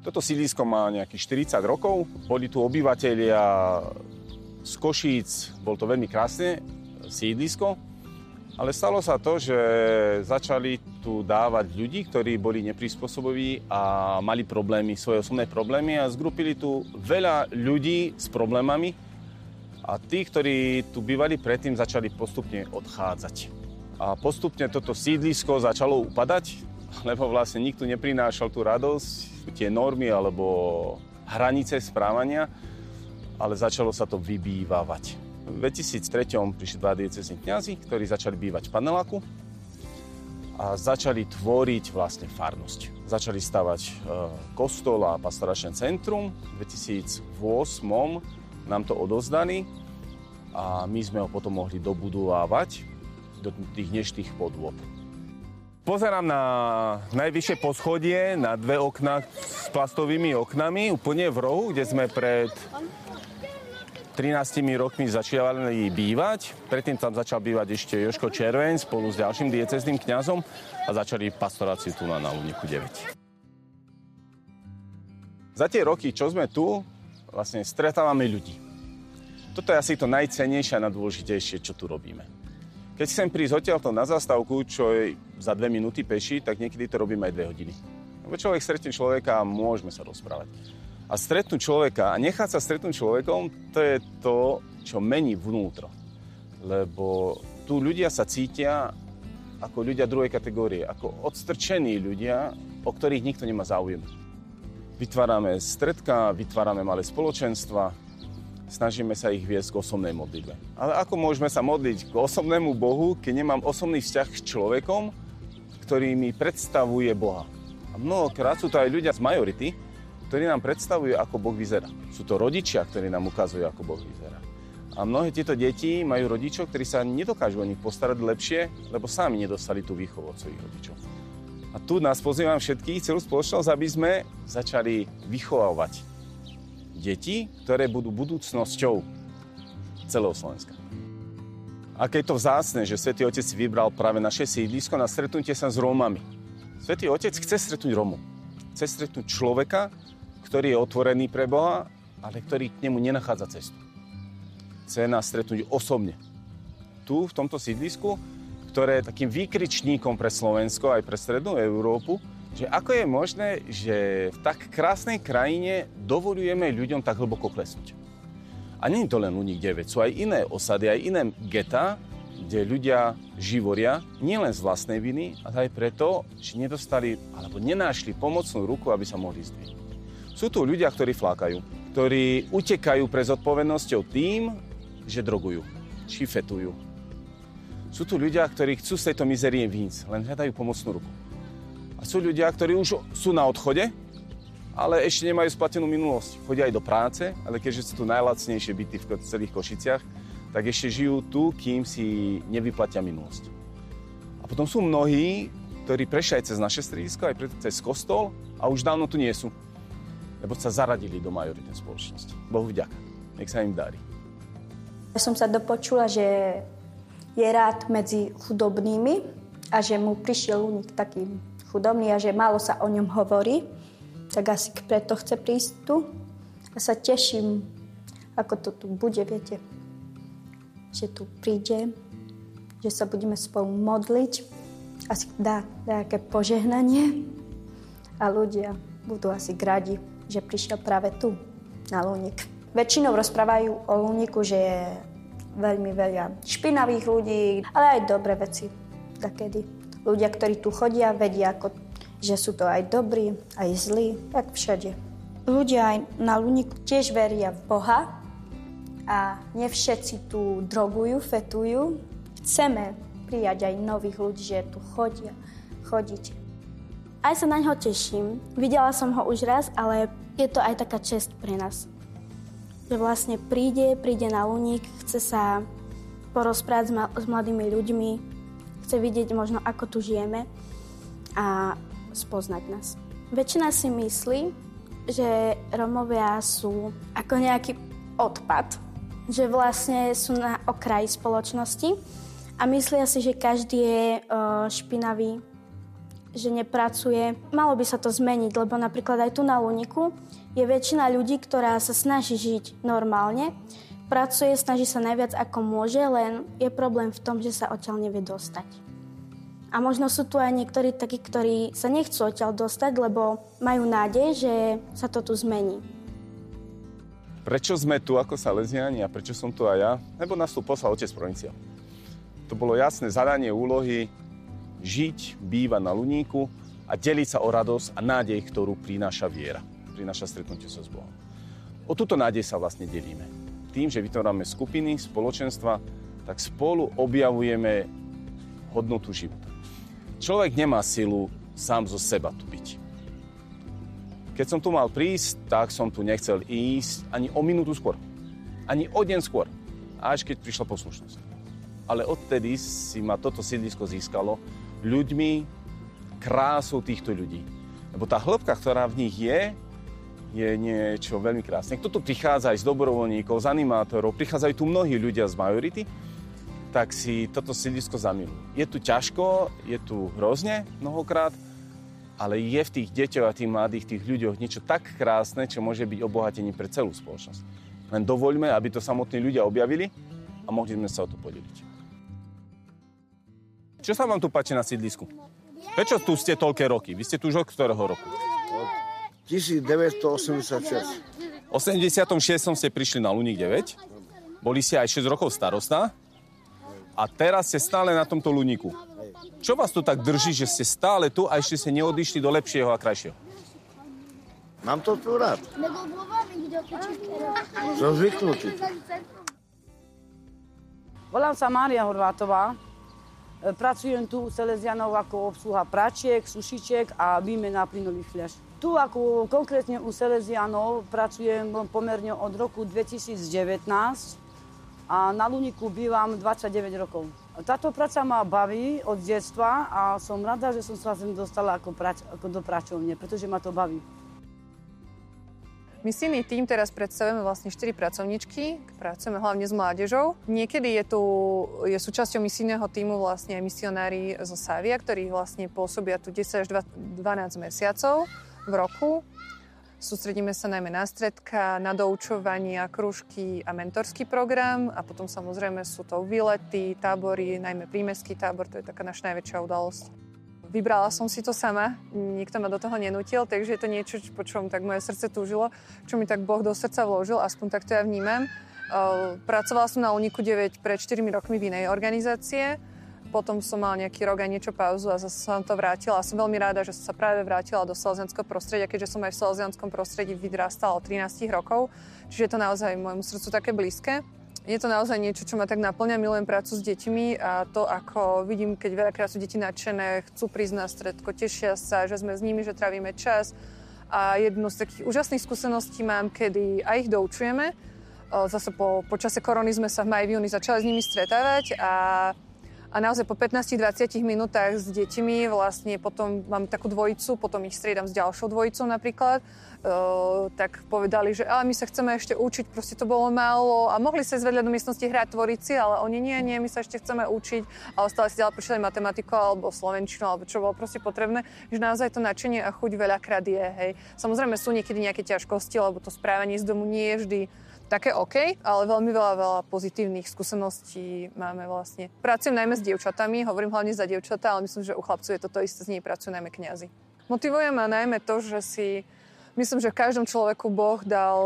Toto sídlisko má nejakých 40 rokov. Boli tu obyvatelia z Košíc, bol to veľmi krásne sídlisko, ale stalo sa to, že začali tu dávať ľudí, ktorí boli neprispôsobiví a mali problémy, svoje osobné problémy a zgrupili tu veľa ľudí s problémami a tí, ktorí tu bývali predtým, začali postupne odchádzať. A postupne toto sídlisko začalo upadať, lebo vlastne nikto neprinášal tú radosť, tie normy alebo hranice správania, ale začalo sa to vybývavať. V 2003 prišli 2 diecézni kňazi, ktorí začali bývať v paneláku a začali tvoriť vlastne farnosť. Začali stavať kostol a pastoračné centrum. V 2008 nám to odozdali a my sme ho potom mohli dobudovávať do tých dnešných podôb. Pozerám na najvyššie poschodie, na 2 okná s plastovými oknami, úplne v rohu, kde sme pred 13 rokmi začali bývať. Predtým tam začal bývať ešte Jožko Červeň spolu s ďalším diecézným kňazom a začali pastoráciu tu na Lúniku 9. Za tie roky, čo sme tu, vlastne stretávame ľudí. Toto je asi to najcennejšie a najdôležitejšie, čo tu robíme. Keď chcem prísť odtiaľto na zastávku, čo je za 2 minúty peši, tak niekedy to robíme aj 2 hodiny. Lebo človek stretne človeka a môžeme sa rozprávať. A stretnúť človeka a nechať sa stretnúť človekom, to je to, čo mení vnútro. Lebo tu ľudia sa cítia ako ľudia druhej kategórie, ako odstrčení ľudia, o ktorých nikto nemá záujem. Vytvárame stredka, vytvárame malé spoločenstva, snažíme sa ich viesť k osobnej modlitbe. Ale ako môžeme sa modliť k osobnému Bohu, keď nemám osobný vzťah s človekom, ktorý mi predstavuje Boha? A mnohokrát sú to aj ľudia z majority, ktorí nám predstavujú, ako Boh vyzerá. Sú to rodičia, ktorí nám ukazujú, ako Boh vyzerá. A mnohé tieto deti majú rodičov, ktorí sa nedokážu o nich postarať lepšie, lebo sami nedostali tú výchovu od svojich rodičov. A tu nás pozývam všetkých, celú spoločnosť, aby sme začali vychovávať deti, ktoré budú budúcnosťou celého Slovenska. Aké je to vzácne, že Svätý Otec si vybral práve naše sídlisko na stretnutie sa s Rómami. Svätý Otec chce stretnúť Rómov. Chce stretnúť človeka, ktorý je otvorený pre Boha, ale ktorý k nemu nenachádza cestu. Chce nás stretnúť osobne. Tu, v tomto sídlisku, ktoré je takým výkričníkom pre Slovensko aj pre strednú Európu, že ako je možné, že v tak krásnej krajine dovoľujeme ľuďom tak hlboko klesnúť. A nie je to len Lúnik 9, sú aj iné osady, aj iné getá, kde ľudia živoria nielen z vlastnej viny, ale aj preto, že nedostali alebo nenášli pomocnú ruku, aby sa mohli zdvihnúť. Sú tu ľudia, ktorí flákajú, ktorí utekajú pre zodpovednosťou tým, že drogujú, či fetujú. Sú tu ľudia, ktorí chcú z tejto mizérie výjsť, len hľadajú pomocnú ruku. A sú ľudia, ktorí už sú na odchode, ale ešte nemajú splatenú minulosť. Chodia aj do práce, ale keďže sú tu najlacnejšie byty v celých Košiciach, tak ešte žijú tu, kým si nevyplatia minulosť. A potom sú mnohí, ktorí prešli aj cez naše stredisko, aj cez kostol a už dávno tu nie sú. Lebo sa zaradili do majoritnej spoločnosti. Bohu vďaka. Nech sa im darí. Ja som sa dopočula, že je rád medzi chudobnými a že mu prišiel Lúnik taký chudobný a že málo sa o ňom hovorí. Tak asi preto chce prísť tu. A sa teším, ako to tu bude, viete. Že tu príde, že sa budeme spolu modliť. Asi dá nejaké požehnanie. A ľudia budú asi radi, že prišiel práve tu, na Lúnik. Väčšinou rozprávajú o Lúniku, že je veľmi veľa špinavých ľudí, ale aj dobré veci. Takedy ľudia, ktorí tu chodia, vedia, že sú to aj dobrí, aj zlí, tak všade. Ľudia aj na Lúniku tiež veria v Boha a nie všetci tu drogujú, fetujú. Chceme prijať aj nových ľudí, že tu chodíte. Aj sa na ňo teším. Videla som ho už raz, ale je to aj taká česť pre nás. Že vlastne príde na Lúnik, chce sa porozprávať s mladými ľuďmi, chce vidieť možno, ako tu žijeme a spoznať nás. Väčšina si myslí, že Rómovia sú ako nejaký odpad, že vlastne sú na okraji spoločnosti a myslia si, že každý je špinavý, že nepracuje. Malo by sa to zmeniť, lebo napríklad aj tu na Luniku je väčšina ľudí, ktorá sa snaží žiť normálne, pracuje, snaží sa najviac ako môže, len je problém v tom, že sa odtiaľ nevie dostať. A možno sú tu aj niektorí takí, ktorí sa nechcú odtiaľ dostať, lebo majú nádej, že sa to tu zmení. Prečo sme tu ako Salesiáni a prečo som tu aj ja? Lebo nás tu poslal otec provinciál. To bolo jasné zadanie úlohy žiť, bývať na Luníku a deliť sa o radosť a nádej, ktorú prináša viera. Prináša stretnutie sa s Bohom. O túto nádej sa vlastne delíme. Tým, že vytvárame skupiny, spoločenstva, tak spolu objavujeme hodnotu života. Človek nemá silu sám zo seba tu byť. Keď som tu mal prísť, tak som tu nechcel ísť ani o minútu skôr. Ani o deň skôr. Až keď prišla poslušnosť. Ale odtedy si ma toto sídlisko získalo ľuďmi, krásou týchto ľudí. Lebo tá hĺbka, ktorá v nich je niečo veľmi krásne. Kto tu prichádza aj z dobrovoľníkov, z animátorov, prichádzajú tu mnohí ľudia z majority, tak si toto sídlisko zamilujú. Je tu ťažko, je tu hrozne mnohokrát, ale je v tých deťoch a tých mladých, tých ľuďoch niečo tak krásne, čo môže byť obohatením pre celú spoločnosť. Len dovoľme, aby to samotní ľudia objavili a mohli sme sa o to podeliť. Čo sa vám tu páči na sídlisku? Prečo tu ste toľké roky? Vy ste tu už od ktorého roku? Od 1986. V 86. ste prišli na Luník 9. Boli ste aj 6 rokov starosta. A teraz ste stále na tomto Luníku. Čo vás tu tak drží, že ste stále tu a ešte ste neodišli do lepšieho a krajšieho? Mám to tu rád. Som zvyknutý. Volám sa Mária Horvátová. Pracujem tu u Salesianov ako obsluha pračiek, sušičiek a výmena plynových fľaš. Tu ako konkrétne u Salesianov pracujem pomerne od roku 2019 a na Luníku bývam 29 rokov. Táto práca ma baví od detstva a som rada, že som sa sem dostala ako do pračovne, pretože ma to baví. Misijný tím teraz predstavujeme vlastne 4 pracovníčky, pracujeme hlavne s mládežou. Niekedy je súčasťou misijného tímu vlastne aj misionári zo Savia, ktorí vlastne pôsobia tu 10 až 12 mesiacov v roku. Sústredíme sa najmä na stredka, na doučovania, krúžky a mentorský program a potom samozrejme sú to výlety, tábory, najmä prímestský tábor, to je taká naša najväčšia udalosť. Vybrala som si to sama, nikto ma do toho nenútil, takže je to niečo, po čom tak moje srdce túžilo, čo mi tak Boh do srdca vložil, aspoň tak to ja vnímam. Pracovala som na Luníku 9 pred 4 rokmi v inej organizácie, potom som mal nejaký rok aj niečo pauzu a zase som to vrátila. A som veľmi ráda, že som sa práve vrátila do salesianskeho prostredia, keďže som aj v salesianskom prostredí vyrastala od 13 rokov, čiže je to naozaj môjmu srdcu také blízke. Je to naozaj niečo, čo ma tak naplňa, milujem prácu s deťmi a to, ako vidím, keď veľakrát sú deti nadšené, chcú prísť na stredko, tešia sa, že sme s nimi, že trávime čas. A jednu z takých úžasných skúseností mám, kedy aj ich doučujeme. Zase po čase korony sme sa v máji, v júni začali s nimi stretávať a naozaj po 15-20 minútach s deťmi vlastne potom mám takú dvojicu, potom ich striedam s ďalšou dvojicou napríklad, tak povedali, že ale my sa chceme ešte učiť, proste to bolo málo a mohli sa ísť vedľa do miestnosti hrať, tvoriť si, ale oni nie, my sa ešte chceme učiť a stále si ďalej počítali matematiku alebo slovenčinu, alebo čo bolo proste potrebné, že naozaj to nadšenie a chuť veľakrát je, hej. Samozrejme sú niekedy nejaké ťažkosti, lebo to správanie z domu nie je vždy také OK, ale veľmi veľa pozitívnych skúseností máme vlastne. Pracujem najmä s dievčatami, hovorím hlavne za dievčatá, ale myslím, že u chlapcov je toto isté, z nej pracujú najmä kňazi. Motivuje ma najmä to, že myslím, že v každom človeku Boh dal,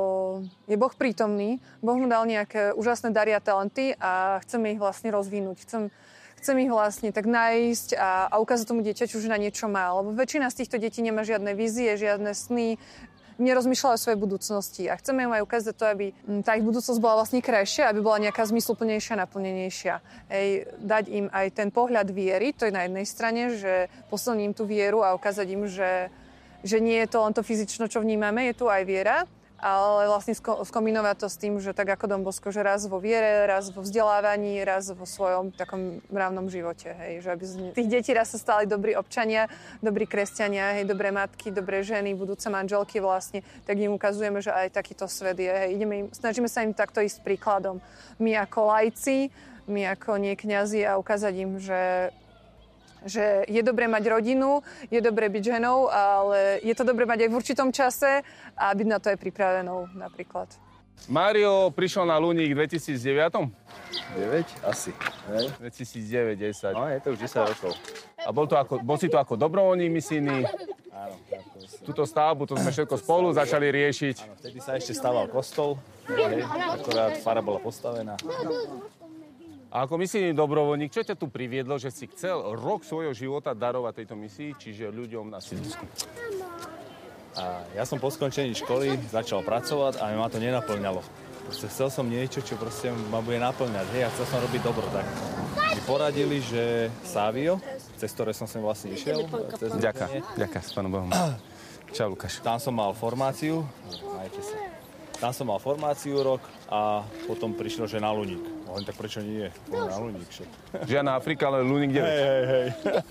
je Boh prítomný, Boh mu dal nejaké úžasné dary a talenty a chceme ich vlastne rozvinúť. Chcem ich vlastne tak nájsť a ukázať tomu dieťaťu, že na niečo má, lebo väčšina z týchto detí nemá žiadne vízie, žiadne sny, nerozmýšľajú o svojej budúcnosti a chceme im aj ukázať to, aby tá ich budúcnosť bola vlastne krajšia, aby bola nejaká zmysluplnejšia, naplnenejšia. Dať im aj ten pohľad viery, to je na jednej strane, že posilním tú vieru a ukázať im, že nie je to len to fyzično, čo vnímame, je tu aj viera, ale vlastne skombinovať to s tým, že tak ako Don Bosco, že raz vo viere, raz vo vzdelávaní, raz vo svojom takom mravnom živote, hej, že aby z tých detí raz sa stali dobrí občania, dobrí kresťania, hej, dobré matky, dobré ženy, budúce manželky vlastne, tak im ukazujeme, že aj takýto svet je, hej, snažíme sa im takto ísť príkladom. My ako laici, my ako nie kňazi a ukázať im, že Že je dobré mať rodinu, je dobré byť ženou, ale je to dobré mať aj v určitom čase a byť na to aj pripravenou napríklad. Mário prišiel na Luník v 2009? 9? Asi. Hej. 2009-10. No, je to už 10 rokov. A bol si to ako dobrovoľník misijný? Áno. Túto stavbu, to sme všetko spolu začali riešiť. Áno, vtedy sa ešte stával kostol. Hej, akorát fara bola postavená. A ako misijný dobrovoľník, čo ťa tu priviedlo, že si chcel rok svojho života darovať tejto misii, čiže ľuďom na sídlisku? A ja som po skončení školy začal pracovať a ma to nenaplňalo. Proste chcel som niečo, čo proste ma bude naplňať. Hej, a chcel som robiť dobro. Tak mi poradili, že Savio, cez ktoré som sem vlastne išiel. Ďakujem, s pánom Bohom. Čau, Lukáš. Tam som mal formáciu. Majte sa. Tam som mal formáciu rok a potom prišlo, že na Luník. Len tak prečo nie? Na Luník však. Žiadna Afrika, ale Luník 9. Hej.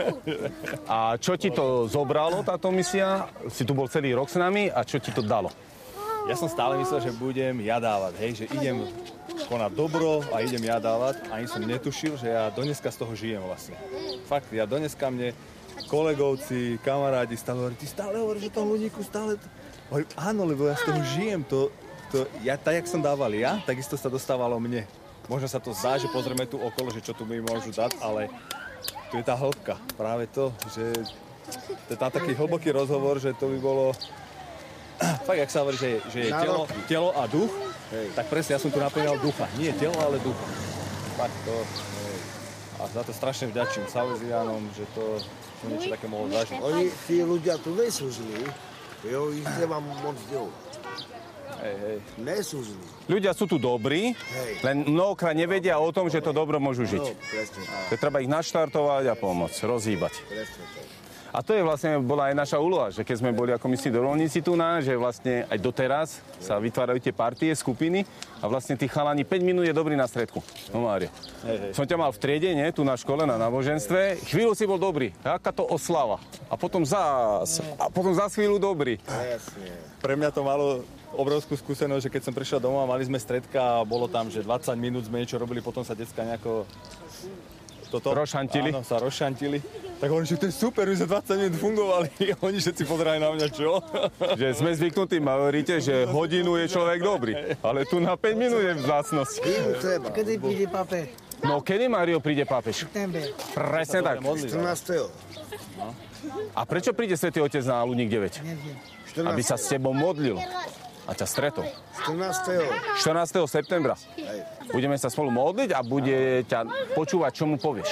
A čo ti to zobralo, táto misia? Si tu bol celý rok s nami a čo ti to dalo? Ja som stále myslel, že budem ja dávať, hej, že idem konať dobro a idem ja dávať. Ani som netušil, že ja dneska z toho žijem vlastne. Fakt, ja dneska mne kolegovci, kamarádi stále hovorí, ty stále hovoríš o tom Luníku, stále... Hovorím, áno, lebo ja z toho žijem, ja, tak, jak som dával ja, takisto sa dostávalo mne. Možno sa to zdá, že pozrieme tu okolo, že čo tu mi môžu dať, ale tu je tá hĺbka. Práve to, že to je tam taký hlboký rozhovor, že to by bolo... Fakt, jak sa hovorí, že je telo a duch, tak presne ja som tu naplňal ducha. Nie telo, ale ducha. Fakt to... A za to strašne vďačím Salesianom, že to niečo také mohlo zažiť. Oni, tí ľudia tu nejsú zlí, jo, ich treba moc ďou. Hej. Nesú zlí. Ľudia sú tu dobrí, len mnohokrát nevedia o tom, že to dobro môžu žiť. No, presne tak. Treba ich naštartovať a pomôcť, rozhýbať. Presne tak. A to je vlastne, bola aj naša úloha, že keď sme boli ako misijní dobrovoľníci tu že vlastne aj doteraz sa vytvárajú tie partie, skupiny a vlastne tí chalani 5 minút je dobrý na stredku. No Mário. Som ťa mal v triede, nie? Tu na škole, na náboženstve. Chvíľu si bol dobrý. Aká to oslava. A potom zás chvíľu dobrý. Presne. Pre mňa to malo obrovskú skúsenosť, že keď som prišiel domov a mali sme stredka a bolo tam, že 20 minút sme niečo robili, potom sa decka nejako... Rozšantili. Áno, sa rozšantili. Tak hovorím, že to je super, my sme 20 minút fungovali. Oni všetci pozerajú na mňa, čo? Že sme zvyknutí, hovoríte, že hodinu je človek dobrý. Ale tu na 5 minút je vzácnosť. Kedy príde pápež? No, kedy, Mário, príde pápež? Presne tak. 14. A prečo príde Svätý Otec na Luník 9? Aby sa s tebou modlil a ťa stretol. 14. septembra. Budeme sa spolu modliť a bude ťa počúvať, čo mu povieš.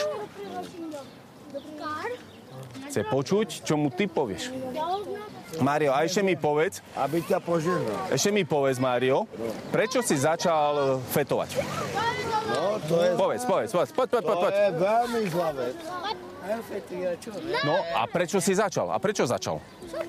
Chce počuť, čo mu ty povieš. Mário, a ešte mi povedz... Aby ťa požehnal. Ešte mi povedz, Mário, prečo si začal fetovať? No, to je... Povedz. Poď. To je veľmi zlá vec. No, a prečo si začal? A prečo začal?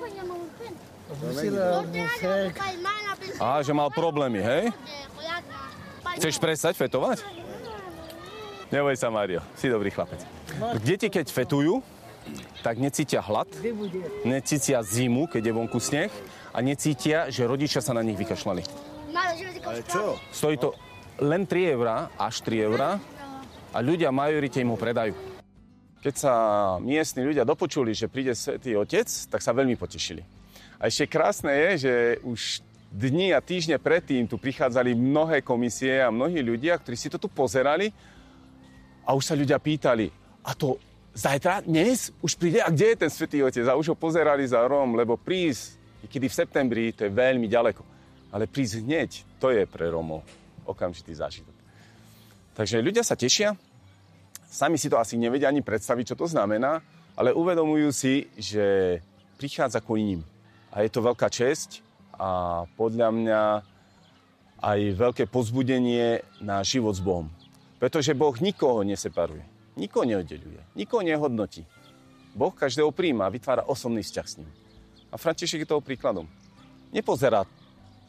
Že mal problémy, hej? Chceš prestať fetovať? Neboj sa, Mário, si dobrý chlapec. Deti, keď fetujú, tak necítia hlad, necítia zimu, keď je vonku sneh a necítia, že rodičia sa na nich vykašľali. Ale čo? Stojí to len 3 eurá, až 3 eurá a ľudia majorite im ho predajú. Keď sa miestni ľudia dopočuli, že príde Svätý Otec, tak sa veľmi potešili. A ešte krásne je, že už dni a týždne predtým tu prichádzali mnohé komisie a mnohí ľudia, ktorí si to tu pozerali a už sa ľudia pýtali, a to zajtra, dnes už príde? A kde je ten Svätý Otec? A už ho pozerali za rom, lebo prísť, kedy v septembri, to je veľmi ďaleko. Ale prísť hneď, to je pre Romov okamžitý zážitok. Takže ľudia sa tešia, sami si to asi nevedia ani predstaviť, čo to znamená, ale uvedomujú si, že prichádza ku ním. A je to veľká česť a podľa mňa aj veľké povzbudenie na život s Bohom. Pretože Boh nikoho neseparuje, nikoho neoddeľuje, nikoho nehodnotí. Boh každého prijíma a vytvára osobný vzťah s ním. A František je toho príkladom. Nepozerá, v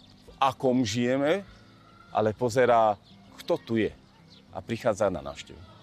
akom žijeme, ale pozerá, kto tu je a prichádza na návštevu.